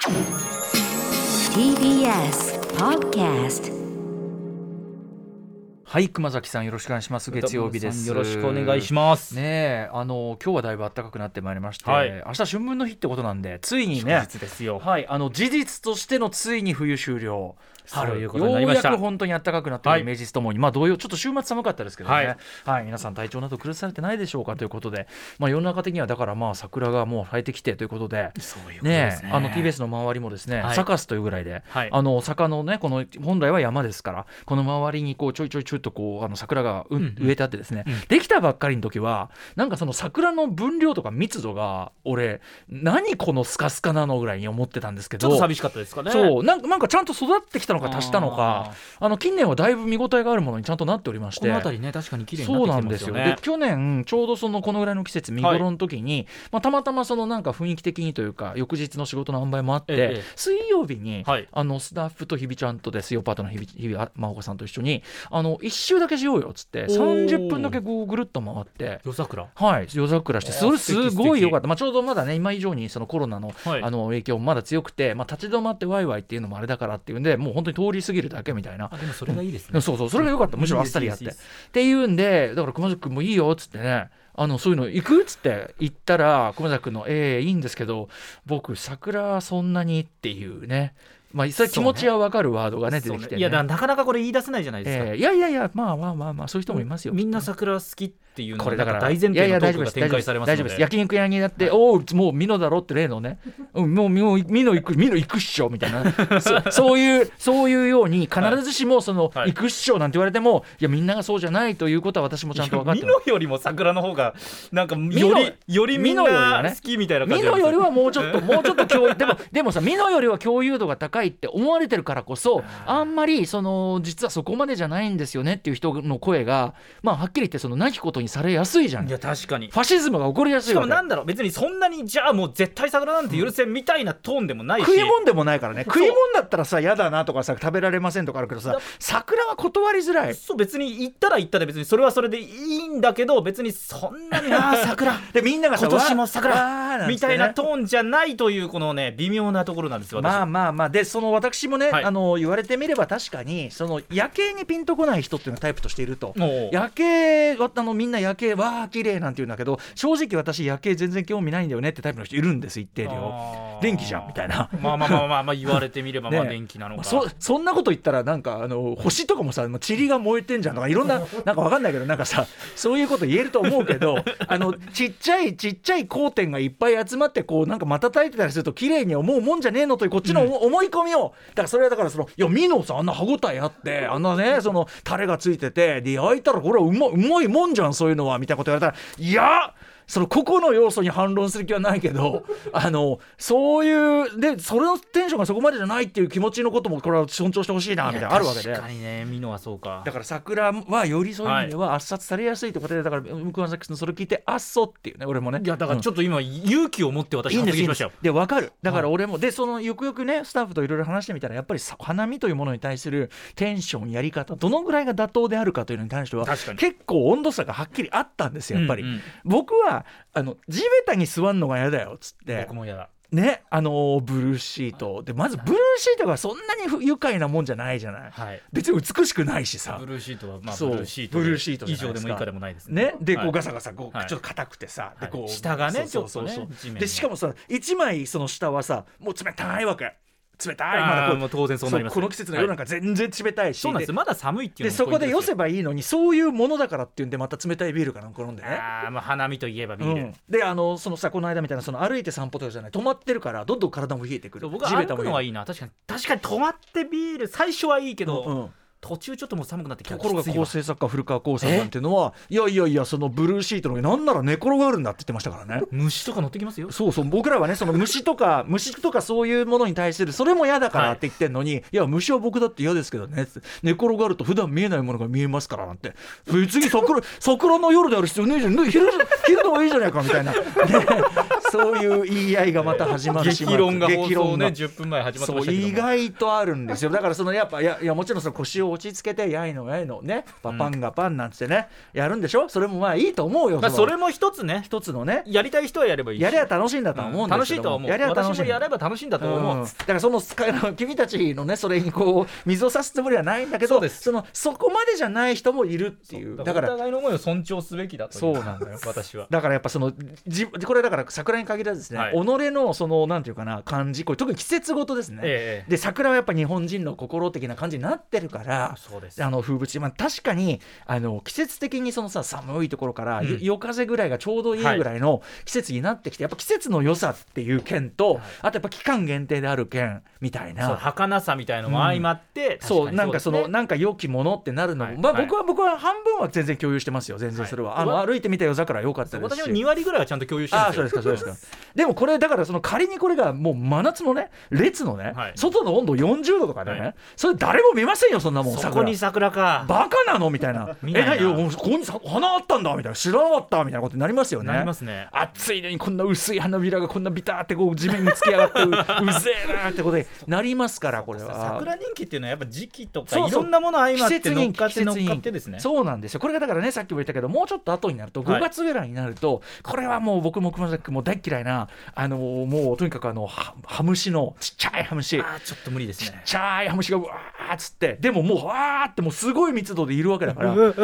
TBS Podcast。 はい、熊崎さんよろしくお願いします。月曜日です。 よろしくお願いしますね。今日はだいぶ暖かくなってまいりまして、 はい、 明日春分の日ってことなんでついにね、 祝日ですよ。 はい、事実としてのついに冬終了、 そういうことになりました。 ようやく本当に暖かくなっているイメージともに、まあ同様ちょっと週末寒かったですけどね、 はいはい、皆さん体調など苦しされてないでしょうかということで、まあ、世の中的にはだからまあ桜がもう生えてきてということで、 そういうことですね。 TBS の周りもですね、 はい、 サカスというぐらいで、 はい、 坂のねこの本来は山ですからこの周りにこうちょいちょいとこう桜が植えてあってですね、できたばっかりの時はなんかその桜の分量とか密度が俺何このスカスカなのぐらいに思ってたんですけど、 ちょっと寂しかったですかね。 そうなんかちゃんと育ってきたのか足したのか、近年はだいぶ見応えがあるものにちゃんとなっておりまして、 この辺りね確かに綺麗になってきてますよね。 そうなんですよ。で去年ちょうどこのぐらいの季節見頃の時に、はい、たまたまなんか雰囲気的にというか翌日の仕事の塩梅もあって、水曜日に、はい、スタッフと日比ちゃんとですよ、パートの日比真帆子さんと一緒に一周だけしようよっつって30分だけこうぐるっと回って夜桜、 はい、夜桜してそれすごい良かった。ちょうどまだね今以上にコロナの、はい、影響もまだ強くて、立ち止まってワイワイっていうのもあれだからっていうんでもう本当に通り過ぎるだけみたいな。 でもそれがいいですね。 そうそれが良かった。むしろあっさりやってっていうんで、だから熊崎君もいいよっつってね、そういうの行くっつって言ったら熊崎君のいいんですけど僕桜そんなにっていうね、それ気持ちは分かるワードがね出てきてね。 いやだなかなかこれ言い出せないじゃないですか。 いやまあそういう人もいますよ。 みんな桜好きっていうのこれだから大前提のトークが展開されますので。 大丈夫です。焼肉屋になって、もうミノだろって例のね、もうミノ行くっしょみたいなそういうように必ずしも行くっしょなんて言われても、いやみんながそうじゃないということは私もちゃんと分かってます。 ミノよりも桜の方がなんかよりみんな好きみたいな感じ。 ミノよりはもうちょっと共有でもさ、ミノよりは共有度が高いって思われてるからこそあんまり実はそこまでじゃないんですよねっていう人の声がはっきり言ってなきことにされやすいじゃん。 いや確かにファシズムが起こりやすいわけ。 しかもなんだろう、別にそんなにじゃあもう絶対桜なんて許せんみたいなトーンでもないし、 食い物でもないからね。食い物だったらさ嫌だなとかさ食べられませんとかあるけどさ、桜は断りづらい。 そう別に行ったら行ったで別にそれはそれでいいんだけど、別にそんなに桜でみんながさ今年も桜みたいなトーンじゃないというこのね微妙なところなんですよ。 まあで私もね、はい、言われてみれば確かに夜景にピンとこない人っていうのがタイプとしていると。夜景みんな夜景わー綺麗なんて言うんだけど、正直私夜景全然興味ないんだよねってタイプの人いるんです。一定量電気じゃんみたいな。 まあ言われてみればまあ電気なのか、 そんなこと言ったらなんか星とかもさ塵が燃えてんじゃんとかいろんななんか分かんないけどなんかさそういうこと言えると思うけどちっちゃい光点がいっぱい集まってこうなんか瞬いてたりすると綺麗に思うもんじゃねえのというこっちの思い込みを、だからそれはだからいやミノさあんな歯応えあってねタレがついててで焼いたらこれはうまいもんじゃんそういうのはみたいなこと言われたら、いや個々の要素に反論する気はないけどそういうでそれのテンションがそこまでじゃないっていう気持ちのこともこれは尊重してほしいなみたいなあるわけで。 確かにね、ミノはそうか。 だから桜はよりそういう意味では圧殺されやすいということで、だから熊崎さんそれ聞いてあっそうっていうね俺もね。 いやだからちょっと今、勇気を持って私発言しましたよ。 で分かる。だから俺もでよくよくねスタッフといろいろ話してみたらやっぱり花見というものに対するテンションやり方どのぐらいが妥当であるかというのに対しては結構温度差がはっきりあったんですよやっぱり、僕は地べたに座んのが嫌だよっつって。 僕も嫌だね、ブルーシートでまずブルーシートがそんなに愉快なもんじゃないじゃない、はい、別に美しくないしさ。 ブルーシートはブルーシート以上でも以下でもないですね。 でこうガサガサこう、ちょっと硬くてさ、でこう下がねちょっとねでしかもさ1枚下はさもう冷たいわけ。冷たい。まだもう当然そうなります。 この季節の夜なんか全然冷たいし、 そうなんです。まだ寒いっていうのでそこで寄せばいいのにそういうものだからっていうんでまた冷たいビールかなんか飲んでね。 まあ花見といえばビール、 でさこの間みたいな歩いて散歩とかじゃない止まってるからどんどん体も冷えてくる。 僕は歩くのはいいな。確かに止まってビール最初はいいけど、途中ちょっともう寒くなってきた。 ところが構成作家古川光さんなんていうのはいやそのブルーシートの上なんなら寝転がるんだって言ってましたからね。 虫とか乗ってきますよ。 そう僕らはね虫とかそういうものに対するそれも嫌だからって言ってんのに、いや虫は僕だって嫌ですけどね寝転がると普段見えないものが見えますからなんて、別に桜の夜である必要ねえじゃん昼の方がいいじゃないかみたいなでそういう言い合いがまた始まるし激論が放送ね10分前始まってましたけども、 そう意外とあるんですよ。だからそのやっぱいやもちろんその腰を落ち着けてやいのねパンがパンなんつってねやるんでしょ。それもまあいいと思うよ。 それも一つのねやりたい人はやればいいし、 やりゃ楽しいんだと思うんですけど、 楽しいとは思う。私もやれば楽しいんだと思う、 だからその君たちのねそれにこう水を差すつもりはないんだけど、そこまでじゃない人もいるっていう。 だからお互いの思いを尊重すべきだという。 そうなんだよ私は。 だからやっぱそのこれだから桜に限らずですね、 はい、 己のそのなんていうかな感じ、これ特に季節ごとですね、で桜はやっぱ日本人の心的な感じになってるから、 そうです風物詩、確かに季節的にそのさ寒いところから、夜風ぐらいがちょうどいいぐらいの季節になってきて、やっぱ季節の良さっていう件と、あとやっぱ期間限定である件みたいな、 そう儚さみたいのも相まって、 そうなんかそのなんか良きものってなるのも、僕は半分は全然共有してますよ。全然それは、歩いてみた夜桜良かったですし、 私も2割ぐらいはちゃんと共有してるんですよ。 そうですかでもこれだからその仮にこれがもう真夏のね列のね、外の温度40度とかね、それ誰も見ませんよそんなもん。 そこに桜かバカなのみたいなここに花あったんだみたいな、知らなかったみたいなことになりますよね。 なりますね。 暑いのにこんな薄い花びらがこんなビターってこう地面につき上がってうぜえなってことになりますから、これは桜人気っていうのはやっぱ時期とかいろんなもの相まって乗っかってですね。 そうなんですよ。これがだからね、さっきも言ったけどもうちょっと後になると5月ぐらいになると、これはもう僕も熊崎君も大嫌いなもうとにかくハムシのちっちゃいハムシ、 ちょっと無理ですね。 ちっちゃいハムシがうわーっつって、でももうわーってもうすごい密度でいるわけだからもう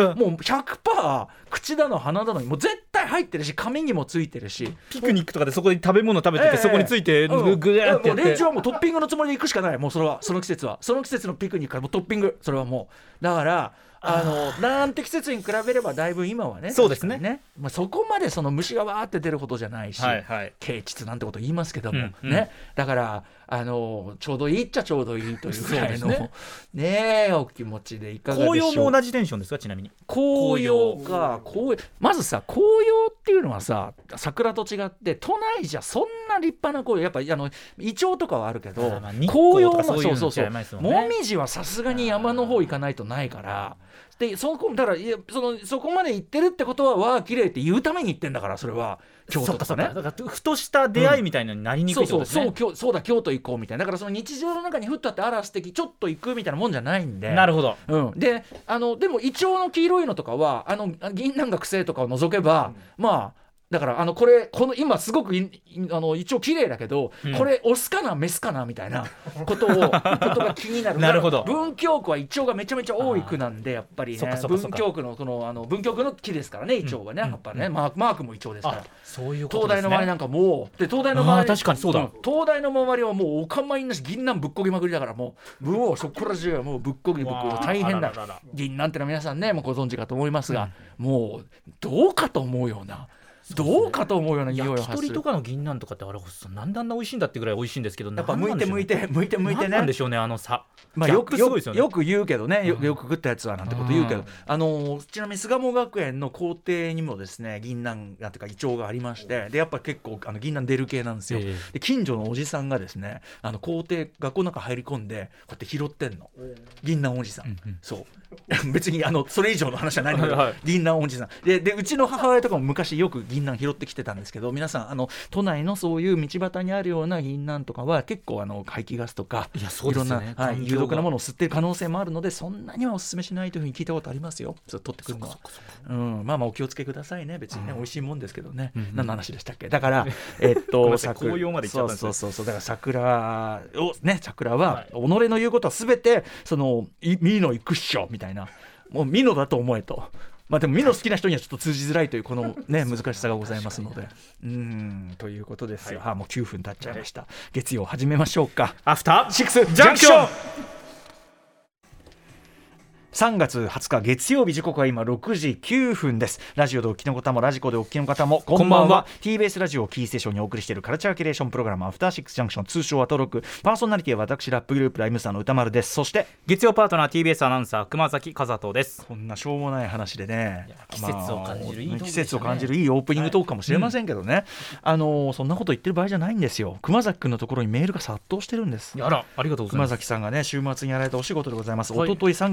100% 口だの鼻だのにもう絶対入ってるし、紙にもついてるし、 ピクニックとかでそこで食べ物食べてて、そこについてグーってやって、 連中はもうトッピングのつもりで行くしかない。もうそれはその季節のピクニックからもうトッピング、それはもうだからなんて季節に比べればだいぶ今はね、 そうですね、 そこまでその虫がわーって出るほどじゃないし、啓蟄なんてこと言いますけども、だからちょうどいいっちゃちょうどいいというぐらいのねお気持ちでいかがでしょう。 紅葉も同じテンションですか？ちなみに紅葉まずさ、紅葉っていうのはさ、桜と違って都内じゃそんな立派な紅葉、やっぱイチョウとかはあるけど、紅葉はそうもみじはさすがに山の方行かないとないから。でそこまで行ってるってことはわあ綺麗って言うために行ってんだから、それは京都とかね。 だからふとした出会いみたいなのになりにくいってことですね。 そうだ京都行こうみたいな。だからその日常の中にふっとあってあら素敵ちょっと行くみたいなもんじゃないんで。 なるほど、 ででもイチョウの黄色いのとかは銀杏学生とかを除けば、まあだからこの今すごく一応綺麗だけど、これオスかなメスかなみたいなことが気になる。 なるほど。 文京区はイチョウがめちゃめちゃ多い区なんで、やっぱりね文京区の文京区の木ですからね、イチョウはね、やっぱねマークもイチョウですから。 そういうことですね。 東大の周りなんかもうで東大の周り確かにそうだ、 東大の周りはもうお構いなし銀杏ぶっこぎまくりだから、もうそこら中はもうぶっこぎ大変だ。銀杏ってのは皆さんねもうご存知かと思いますが、もうどうかと思うような匂いを発する。 焼き鳥とかの銀杏とかってなんであんな美味しいんだってぐらい美味しいんですけど、 やっぱ向いてね。 何なんでしょうね、差。 よく言うけどね、よく食ったやつはなんてこと言うけど、ちなみに巣鴨学園の校庭にもですね銀杏とかイチョウがありまして、でやっぱ結構銀杏出る系なんですよ。で近所のおじさんがですね校庭学校の中入り込んでこうやって拾ってんの、銀杏おじさん、そう別にそれ以上の話はないんだけど銀杏おじさんでうちの母親とかも昔よく銀杏拾ってきてたんですけど、皆さん都内のそういう道端にあるような銀杏とかは結構排気ガスとかいろんな、有毒なものを吸ってる可能性もあるので、そんなにはお勧めしないというふうに聞いたことありますよ。それ取ってくるのはまあお気をつけくださいね。別にね美味しいもんですけどね。何の話でしたっけ？だから紅葉まで行っちゃったんですよ。 そうだから桜は己の言うことは全て見の行くっしょみたいな、もう見のだと思えと。でも見の好きな人にはちょっと通じづらいというこのね難しさがございますので、ということですよ。もう9分経っちゃいました。月曜始めましょうか。 アフターシックスジャンクション。3月20日月曜日、時刻は今6時9分です。ラジオでお聞きの方もラジコでお聞きの方もこんばんは。 TBS ラジオをキーステーションにお送りしているカルチャーキュレーションプログラムアフターシックスジャンクション、通称は登録。パーソナリティは私ラップグループライムスターの歌丸です。そして月曜パートナー TBS アナウンサー熊崎和人です。 こんなしょうもない話でね、 季節を感じるいい、 季節を感じるいいオープニングトークかもしれませんけどね、そんなこと言ってる場合じゃないんですよ。熊崎くんのところにメールが殺到してるんです。 ありがとうございます。 熊崎さんがね週末にやられたお仕事でございます。一昨日3月18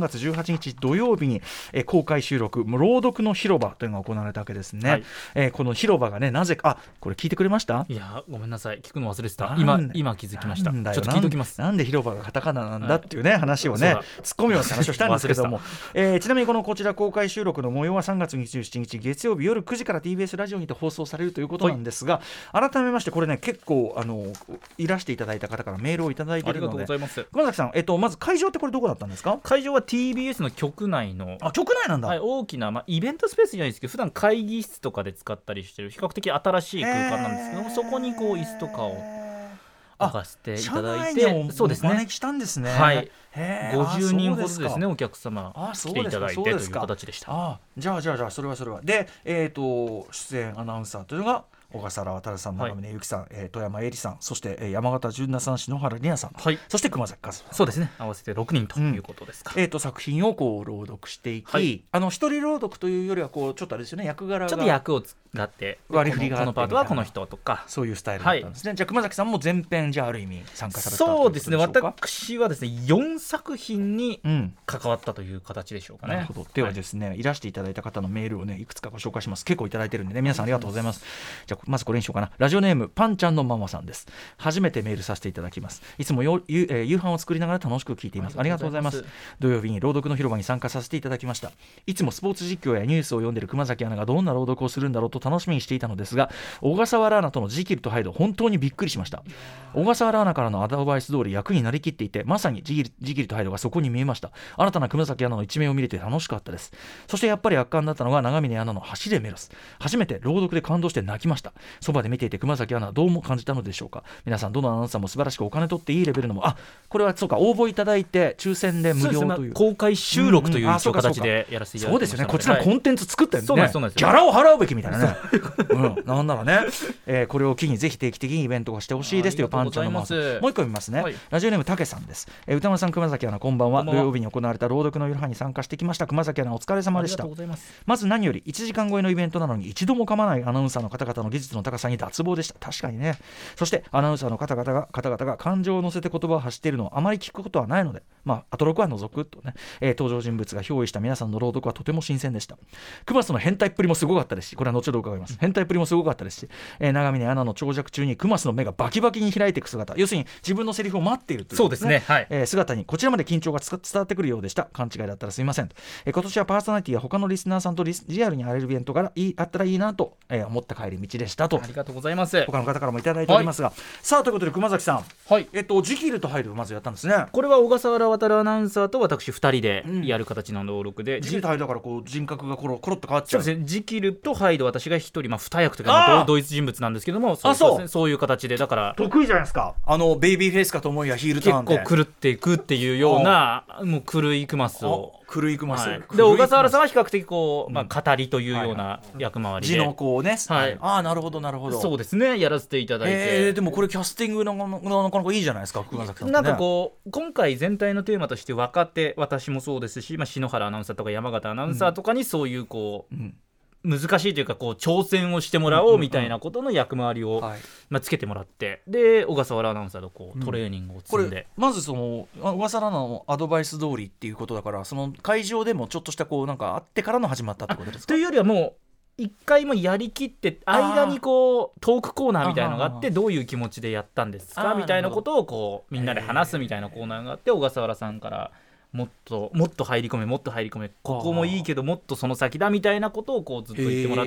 18日土曜日に、公開収録朗読の広場というのが行われたわけですね、はい。この広場がね、なぜかこれ聞いてくれました？ いやごめんなさい、聞くの忘れてた。今気づきました。ちょっと聞いておきます。 なんで広場がカタカナなんだっていうね、話をねツッコミを話をしたんですけどもちなみにこちら公開収録の模様は3月27日月曜日夜9時から TBS ラジオにて放送されるということなんですが、はい、改めましてこれね結構いらしていただいた方からメールをいただいているので、 ありがとうございます。 熊崎さん、まず会場ってこれどこだったんですか？ 会場は TBS の局内の局内なんだ、 はい、大きな、イベントスペースじゃないですけど普段会議室とかで使ったりしてる比較的新しい空間なんですけども、そこにこう椅子とかを置かせていただいて、 そうですね、お招きしたんですね。 はい、50人ほどですね、お客様来ていただいてという形でした。 じゃあそれはで、出演アナウンサーというのが小笠原渉さん、長峰由紀さん、富山恵里さん、そして、山形純奈さん、篠原里奈さん、はい、そして熊崎和さん、 そうですね、合わせて6人ということですか。 作品をこう朗読していき、はい、一人朗読というよりはこうちょっとあれですよね、役柄がちょっと役を使って割り振りがあって、 このパートはこの人とかそういうスタイルだったんですね。はい、じゃあ熊崎さんも全編じゃある意味参加されたというそうですね、 ことでしょうか？ 私はですね4作品に関わったという形でしょうかね。 なるほど。ではですね、いらしていただいた方のメールをねいくつかご紹介します。結構いただいてるんでね、皆さんありがとうございます。じゃあまずこれにしようかな。ラジオネームパンちゃんのママさんです。初めてメールさせていただきます。いつも夕飯を作りながら楽しく聞いています。ありがとうございます。土曜日に朗読の広場に参加させていただきました。いつもスポーツ実況やニュースを読んでいる熊崎アナがどんな朗読をするんだろうと楽しみにしていたのですが、小笠原アナとのジキルとハイド本当にびっくりしました。小笠原アナからのアドバイス通り役になりきっていて、まさにジキルとハイドがそこに見えました。新たな熊崎アナの一面を見れて楽しかったです。そしてやっぱり圧巻だったのが長峰アナの走れメロス。初めて朗読で感動して泣きました。そばで見ていて熊崎アナはどうも感じたのでしょうか？皆さんどのアナウンサーも素晴らしくお金取っていいレベルのも、これはそうか、応募いただいて抽選で無料という、 公開収録という形でやらせていただきました。 そうですよね、こちらのコンテンツ作ったよね、 そうですギャラを払うべきみたいなねなんならね、これを機にぜひ定期的にイベントがしてほしいですというパンチャーのマーク。もう一個見ますね、はい、ラジオネームたけさんです。歌丸さん、熊崎アナこんばんは。土曜日に行われた朗読の夜半に参加してきました。熊崎アナお疲れ様でした。まず何より1時間超えのイベントなのに一度も噛まないアナウンサーの方々の技術の高さに脱帽でした。確かにね。そしてアナウンサーの方々が感情を乗せて言葉を発しているのをあまり聞くことはないので、アトロクは除くとね、登場人物が憑依した皆さんの朗読はとても新鮮でした。熊須の変態っぷりもすごかったですし、これは後ほど伺います。変態っぷりもすごかったですし、長峰アナの長尺中に熊須の目がバキバキに開いていく姿、要するに自分のセリフを待っているという、 そうですね、はい、 姿にこちらまで緊張が伝わってくるようでした。勘違いだったらすみません。今年はパーソナリティや他のリスナーさんとリアルに会えるイベントがあったらいいなと、思った帰り道でしたと。 ありがとうございます。 他の方からもいただいておりますが、はい、さあということで熊崎さん、はい、ジキルとハイドをまずやったんですね。 これは小笠原渉アナウンサーと私2人でやる形の朗読で、 ジキルとハイドだからこう人格がコロッと変わっちゃう。 そうですね、ジキルとハイド私が1人、2役というか同一人物なんですけども、そういう形で、だから得意じゃないですか。ベイビーフェイスかと思いやヒールターンで結構狂っていくっていうような、もう狂いクマスを狂いくます、はい、 で小笠原さんは比較的こう、語りというような役回りで、 字のこうね、 はい、 なるほどなるほど、 そうですね、やらせていただいて、 でもこれキャスティングなかなかいいじゃないですか、熊崎さん、ね、 なんかこう今回全体のテーマとして若手、私もそうですし、篠原アナウンサーとか山形アナウンサーとかにそういうこう、難しいというかこう挑戦をしてもらおうみたいなことの役回りを、つけてもらって、で小笠原アナウンサーとこうトレーニングを積んで、 まずその小笠原のアドバイス通りっていうことだから、その会場でもちょっとしたこうなんかあってからの始まったってことですか？ というよりはもう一回もやりきって間にこうトークコーナーみたいなのがあって、どういう気持ちでやったんですかみたいなことをこうみんなで話すみたいなコーナーがあって、小笠原さんからもっと入り込め、ここもいいけどもっとその先だみたいなことをこうずっと言ってもらって、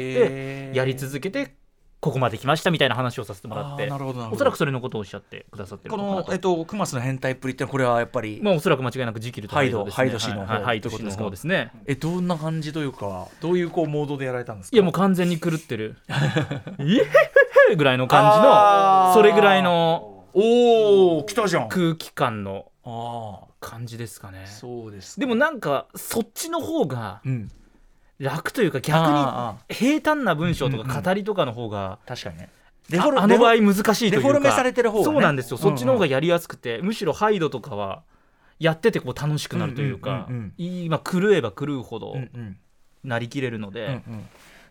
やり続けてここまで来ましたみたいな話をさせてもらって、おそらくそれのことをおっしゃってくださってるのかなと。 この熊須の変態っぷりってこれはやっぱり、 おそらく間違いなくジキルとハイドですね。 ハイド氏の方、 ハイド氏の方ですね。 どんな感じというか、どういうこうモードでやられたんですか？ いやもう完全に狂ってるイエーぐらいの感じの、それぐらいの来たじゃん空気感の感じですかね。 そうですか。 でもなんかそっちの方が楽というか、逆に平坦な文章とか語りとかの方が、 確かにね、 あの場合難しいというか、 デフォルメされてる方が、ね、 そうなんですよ、そっちの方がやりやすくて、むしろハイドとかはやっててこう楽しくなるというか、今狂えば狂うほどなりきれるので、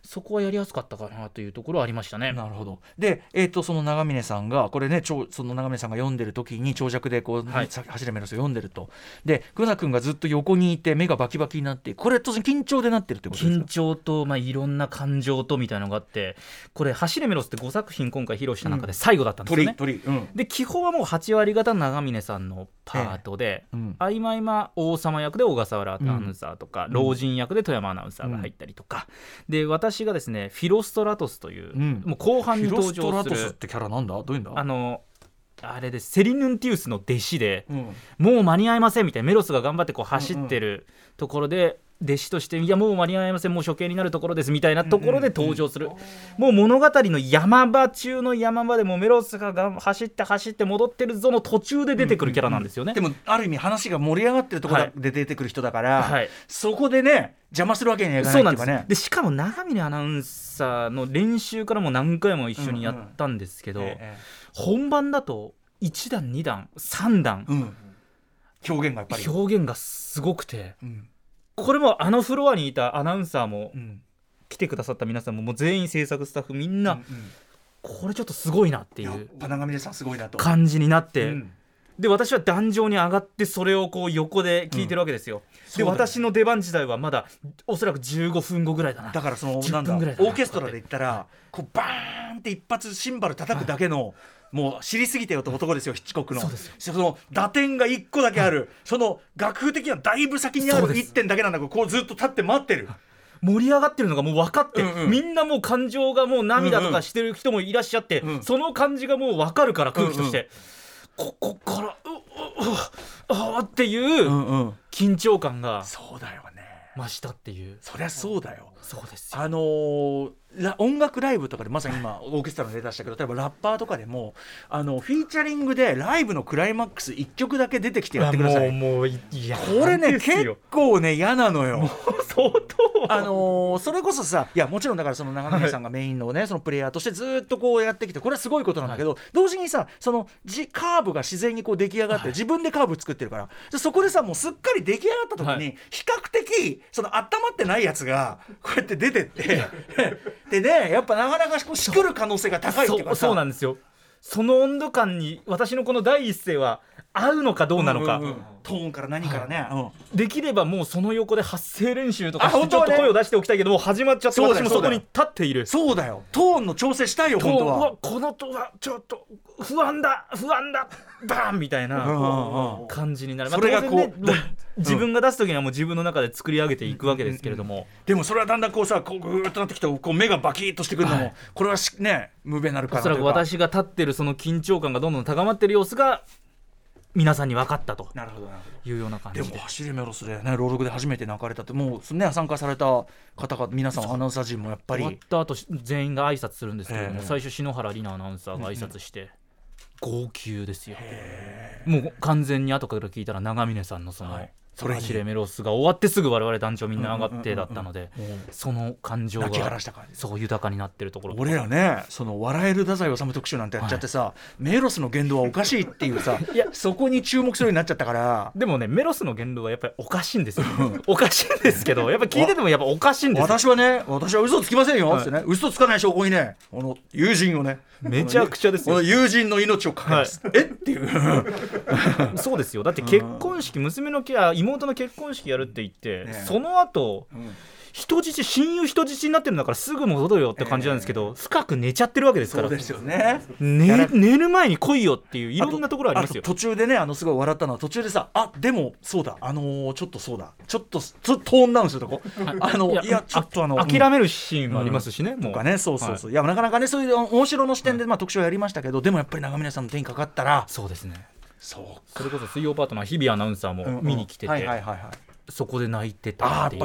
そこはやりやすかったかなというところはありましたね。 なるほど。で、その長峰さんがこれね、その長峰さんが読んでる時に長尺でこう、 はい、 走れメロスを読んでると、でクナ君がずっと横にいて目がバキバキになって、これ当然緊張でなってるってことですか？ 緊張と、いろんな感情とみたいなのがあって、これ走れメロスって5作品今回披露した中で最後だったんですよね。で基本はもう8割方長峰さんのパートで、合間王様役で小笠原アナウンサーとか、老人役で富山アナウンサーが入ったりとか、で私がですねフィロストラトスという、もう後半に登場する。 フィロストラトスってキャラなんだ？どういうんだ？ あれです、セリヌンティウスの弟子で、もう間に合いませんみたいな、メロスが頑張ってこう走ってるところで、弟子としていやもう間に合いません、もう処刑になるところですみたいなところで登場する、もう物語の山場中の山場でもうメロスが走って戻ってるぞの途中で出てくるキャラなんですよね。 でもある意味話が盛り上がってるところで出てくる人だから、 はい、 そこでね邪魔するわけにはいかないっていうかね。 そうなんです。でしかも長峰アナウンサーの練習からも何回も一緒にやったんですけど、本番だと1段2段3段、 表現がやっぱり表現がすごくて、これもフロアにいたアナウンサーも、来てくださった皆さんも、もう全員制作スタッフみんな、これちょっとすごいなっていう長峰さんすごいなと感じになって、で私は壇上に上がってそれをこう横で聞いてるわけですよ、で私の出番自体はまだおそらく15分後ぐらいだな。 だからそのなんだオーケストラで言ったらこうバーンって一発シンバル叩くだけの、もう知りすぎてよって男ですよ、ヒッチコックの。その打点が1個だけある、その楽譜的にはだいぶ先にある1点だけなんだけど、こうずっと立って待ってる、 盛り上がってるのがもう分かって、みんなもう感情がもう涙とかしてる人もいらっしゃって、その感じがもう分かるから、空気として、ここからっていう緊張感がそうだよね増したっていう。 そりゃそうだよ。 そうですよ。 音楽ライブとかでまさに今オーケストラの例出したけど、例えばラッパーとかでもフィーチャリングでライブのクライマックス1曲だけ出てきてやってください。 もうこれね結構ね嫌なのよ。 もう相当それこそさ、いやもちろんだからその長峰さんがメインのねそのプレイヤーとしてずっとこうやってきて、これはすごいことなんだけど、同時にさそのカーブが自然にこう出来上がって、自分でカーブ作ってるから、そこでさもうすっかり出来上がった時に、比較的その温まってないやつがこうやって出てってでね、やっぱなかなかしくる可能性が高いっていうかさ。 そうなんですよ。その温度感に私のこの第一声は合うのかどうなのか、 トーンから何からね、 できればもうその横で発声練習とかしてちょっと声を出しておきたいけど、もう始まっちゃって、私もそこに立っている。 そうだよ、トーンの調整したいよ本当は。 このトーンはちょっと不安だバーンみたいな感じになる。 それがこう自分が出す時にはもう自分の中で作り上げていくわけですけれども、 でもそれはだんだんこうさこうグーッとなってきて、こう目がバキッとしてくるのも、これはね無べなるからというか、 おそらく私が立ってるその緊張感がどんどん高まってる様子が皆さんに分かったというような感じで。 でも走れメロスでね朗読で初めて泣かれたって、もうね参加された方が皆さんアナウンサー陣もやっぱり終わった後全員が挨拶するんですけれども、最初篠原里奈アナウンサーが挨拶して、号泣ですよ。もう完全に後から聞いたら長峰さんのその、走れメロスが終わってすぐ我々団長みんな上がってだったので、その感情がそう豊かになってるところ。 俺らねその笑える太宰治特集なんてやっちゃってさ、メロスの言動はおかしいっていうさいやそこに注目するようになっちゃったから。 でもねメロスの言動はやっぱりおかしいんですよおかしいんですけど、やっぱ聞いててもやっぱおかしいんですよ。 私は嘘つきませんよってね、嘘つかない証拠にね友人をねめちゃくちゃですよ。 友人の命をかけます、っていうそうですよ。だって結婚式、娘の妹の結婚式やるって言って、その後、親友人質になってるんだからすぐ戻るよって感じなんですけど、深く寝ちゃってるわけですから。 そうですよね。 寝る前に来いよっていういろんなところありますよ。 途中でねすごい笑ったのは途中でさ、でもそうだちょっとトーンダウンするとこいやちょっと諦めるシーンもありますしね、もうとかね。そう、いやなかなかねそういう面白の視点で特集をやりましたけど、でもやっぱり長峰さんの手にかかったら、 そうですね。それこそ水曜パートナー日比アナウンサーも見に来てて、そこで泣いてたっていう。 やっぱ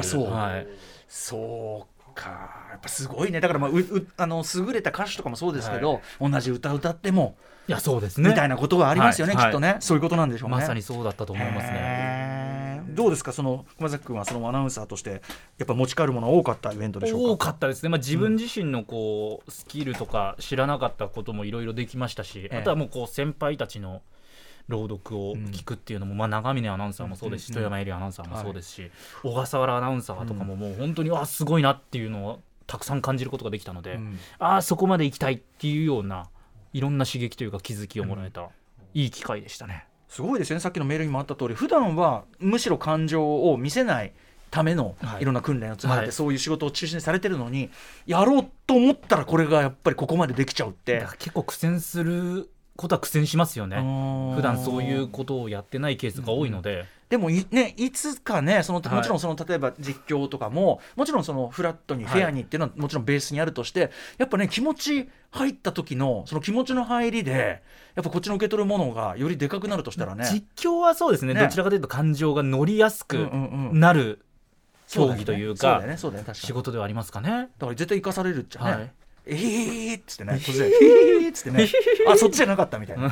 そうか、やっぱすごいね。だから優れた歌手とかもそうですけど、同じ歌ってもいやそうですねみたいなことがありますよね、きっとね。そういうことなんでしょうね。 まさにそうだったと思いますね。 どうですか、熊崎君はそのアナウンサーとしてやっぱ持ち帰るもの多かったイベントでしょうか。 多かったですね。自分自身のスキルとか知らなかったこともいろいろできましたし、あとはもう先輩たちの朗読を聞くっていうのも、長峰アナウンサーもそうですし、富山エリアアナウンサーもそうですし、小笠原アナウンサーとかももう本当にすごいなっていうのをたくさん感じることができたので、そこまで行きたいっていうようないろんな刺激というか気づきをもらえた、いい機会でしたね。 すごいですよね。さっきのメールにもあった通り、普段はむしろ感情を見せないためのいろんな訓練を積まれて、そういう仕事を中心にされてるのに、やろうと思ったらこれがやっぱりここまでできちゃうって、 結構苦戦することは苦戦しますよね。普段そういうことをやってないケースが多いので、 でもいつかね、もちろん例えば実況とかももちろんフラットにフェアにっていうのはもちろんベースにあるとして、やっぱね気持ち入った時のその気持ちの入りでやっぱこっちの受け取るものがよりでかくなるとしたらね、 実況はそうですね、どちらかというと感情が乗りやすくなる競技というか仕事ではありますかね。だから絶対生かされるっちゃね、っつってね、突然っつってねそっちじゃなかったみたいな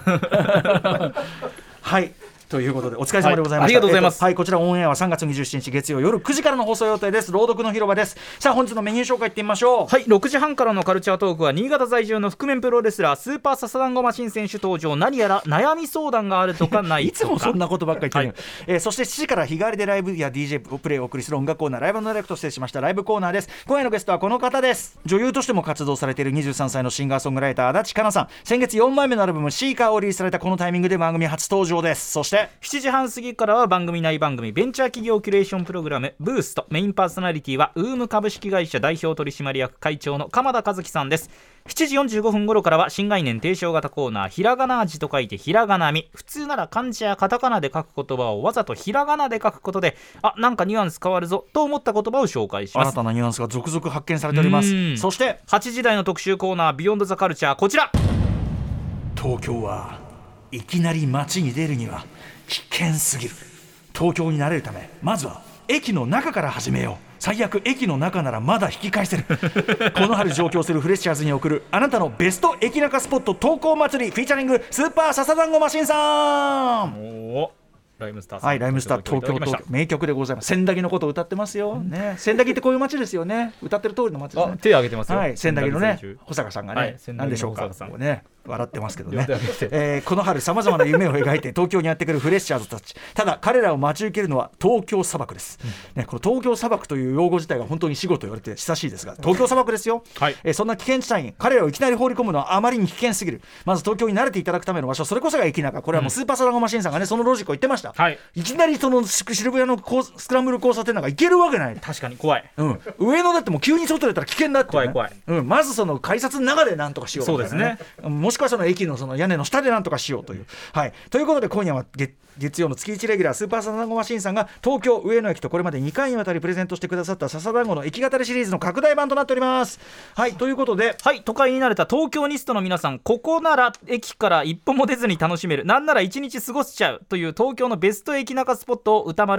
はいということでお疲れ様でございました、 ありがとうございます。 こちらオンエアは3月27日月曜夜9時からの放送予定です。朗読の広場です。さあ本日のメニュー紹介いってみましょう。 6時半からのカルチャートークは新潟在住の覆面プロレスラースーパーササダンゴマシン選手登場。何やら悩み相談があるとかないとかいつもそんなことばっかり言ってる、そして7時から日替わりでライブや DJ プレイをお送りする音楽コーナーライブのダイレクト失礼しましたライブコーナーです。今夜のゲストはこの方です。女優としても活動されている23歳のシンガーソングライター足立香奈さん。先月4枚目のアルバムシーカーをリリースされたこのタイミングで番組初登場です。そして 7時半過ぎからは番組内番組ベンチャー企業キュレーションプログラムブースト。メインパーソナリティはウーム株式会社代表取締役会長の鎌田和樹さんです。7時45分頃からは新概念提唱型コーナーひらがな味と書いてひらがなみ。普通なら漢字やカタカナで書く言葉をわざとひらがなで書くことでなんかニュアンス変わるぞと思った言葉を紹介します。 新たなニュアンスが続々発見されております。そして 8時台の特集コーナービヨンドザカルチャー、こちら。 東京はいきなり街に出るには危険すぎる。東京に慣れるためまずは駅の中から始めよう。最悪駅の中ならまだ引き返せるこの春上京するフレッシャーズに送るあなたのベスト駅中スポット投稿祭りフィーチャリングスーパーササダンゴマシンさん。 ライムスターさん、 はい、ライムスター東京名曲でございます。千駄木のことを歌ってますよ、ね、千駄木ってこういう街ですよね。歌ってる通りの街ですね。 手を挙げてますよ、 はい、千駄木のね保坂さんがね、何でしょうかね笑ってますけどねこの春さまざまな夢を描いて東京にやってくるフレッシャーズたち。ただ彼らを待ち受けるのは東京砂漠です、ね、この東京砂漠という用語自体が本当に死語と言われて親しいですが東京砂漠ですよ、そんな危険地帯に彼らをいきなり放り込むのはあまりに危険すぎる。まず東京に慣れていただくための場所、それこそが駅中。これはもうスーパーサダンゴマシンさんがねそのロジックを言ってました、いきなりその渋谷のスクランブル交差点なんか行けるわけない。 確かに怖い、 上野だってもう急に外出たら危険だって、ね、 怖い、 まずその改札の中でなんとかしようみたいな、 そうですね。 もしくはその駅のその屋根の下でなんとかしようという、ということで今夜は月曜の月1レギュラースーパーサダンゴマシンさんが東京上野駅とこれまで2回にわたりプレゼントしてくださった笹団子の駅語りシリーズの拡大版となっております。ということで、 都会に慣れた東京ニストの皆さん、ここなら駅から一歩も出ずに楽しめる、なんなら1日過ごしちゃうという東京のベスト駅中スポットを歌丸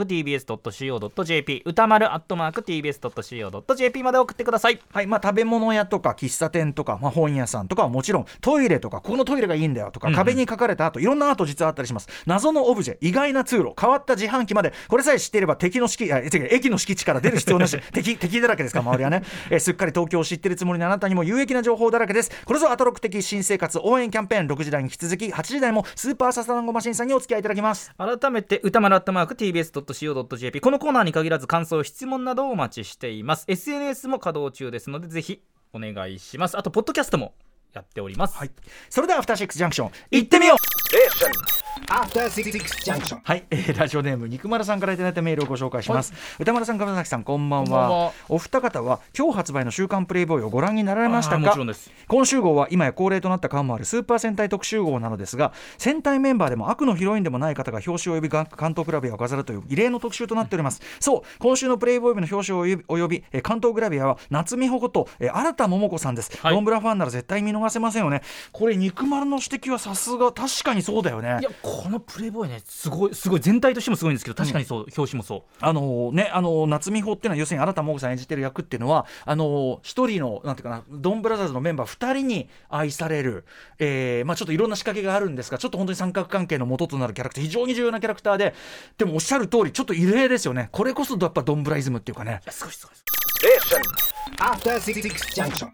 @tbs.co.jp 歌丸@tbs.co.jp まで送ってください。 食べ物屋とか喫茶店とか、本屋さんとかはもちろん、トイレとかここのトイレがいいんだよとか、壁に書かれたアート、いろんなアート実はあったりします。謎のオブジェ、意外な通路、変わった自販機まで、これさえ知っていれば駅の敷地から出る必要なし敵だらけですから周りはね、すっかり東京を知っているつもりのあなたにも有益な情報だらけです。これぞアトロク的新生活応援キャンペーン。6時台に引き続き8時台もスーパーササダンゴマシンさんにお付き合いいただきます。 改めて歌丸@tbs.co.jp このコーナーに限らず感想質問などをお待ちしています。 SNS も稼働中ですのでぜひお願いします。あとポッドキャストもやっております。 それではアフターシックスジャンクション行ってみよう。ラジオネーム肉丸さんからいただいたメールをご紹介します。歌丸さん、鎌崎さん、こんばんは。お二方は今日発売の週刊プレイボーイをご覧になられましたか？ もちろんです。 今週号は今や恒例となった感もあるスーパー戦隊特集号なのですが、戦隊メンバーでも悪のヒロインでもない方が表紙および関東グラビアを飾るという異例の特集となっております。そう、今週のプレイボーイの表紙および関東グラビアは夏美穂こと新田桃子さんです。ロンブラファンなら絶対見逃せませんよね。これ肉丸の指摘はさすが、確かにそうだよね。 いや、このプレイボーイね、すごい全体としてもすごいんですけど、確かにそう、表紙もそう。 夏美穂っていうのは要するに新田桃子さん演じてる役っていうのは一人のなんていうかな、ドンブラザーズのメンバー2人に愛される、ちょっといろんな仕掛けがあるんですが、ちょっと本当に三角関係の元となるキャラクター、非常に重要なキャラクターで、でもおっしゃる通りちょっと異例ですよね。これこそやっぱドンブライズムっていうかね。 すごいすごい。 アフターシックスジャンクション。